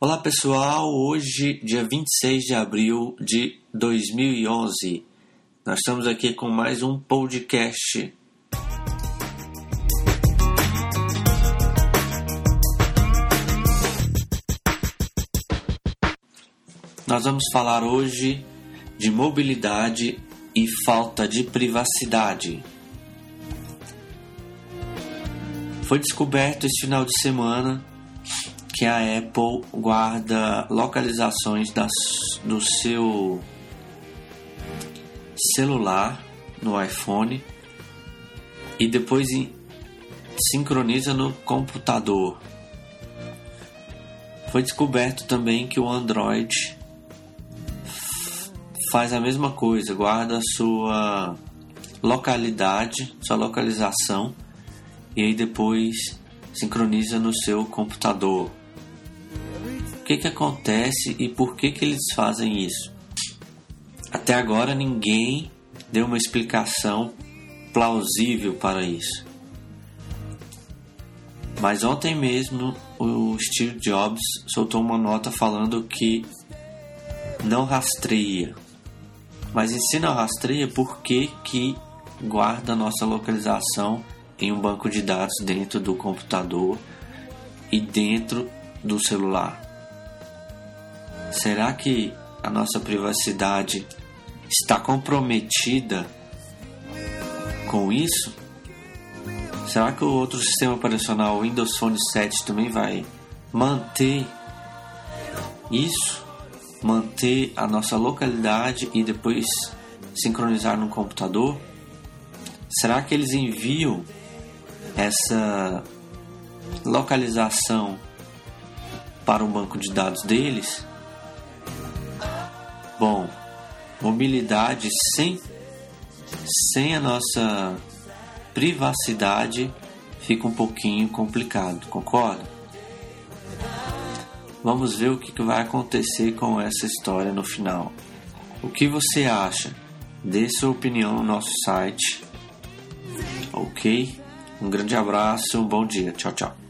Olá pessoal, hoje dia 26 de abril de 2011, nós estamos aqui com mais um podcast. Nós vamos falar hoje de mobilidade e falta de privacidade. Foi descoberto esse final de semana que a Apple guarda localizações do seu celular no iPhone e depois sincroniza no computador. Foi descoberto também que o Android faz a mesma coisa, guarda sua localização e aí depois sincroniza no seu computador. O que acontece e por que eles fazem isso? Até agora ninguém deu uma explicação plausível para isso. Mas ontem mesmo o Steve Jobs soltou uma nota falando que não rastreia. Mas se não rastreia, por que guarda a nossa localização em um banco de dados dentro do computador e dentro do celular? Será que a nossa privacidade está comprometida com isso? Será que o outro sistema operacional, o Windows Phone 7, também vai manter isso? Manter a nossa localidade e depois sincronizar no computador? Será que eles enviam essa localização para o banco de dados deles? Bom, mobilidade sem a nossa privacidade fica um pouquinho complicado, concorda? Vamos ver o que vai acontecer com essa história no final. O que você acha? Dê sua opinião no nosso site. Ok? Um grande abraço, um bom dia. Tchau, tchau.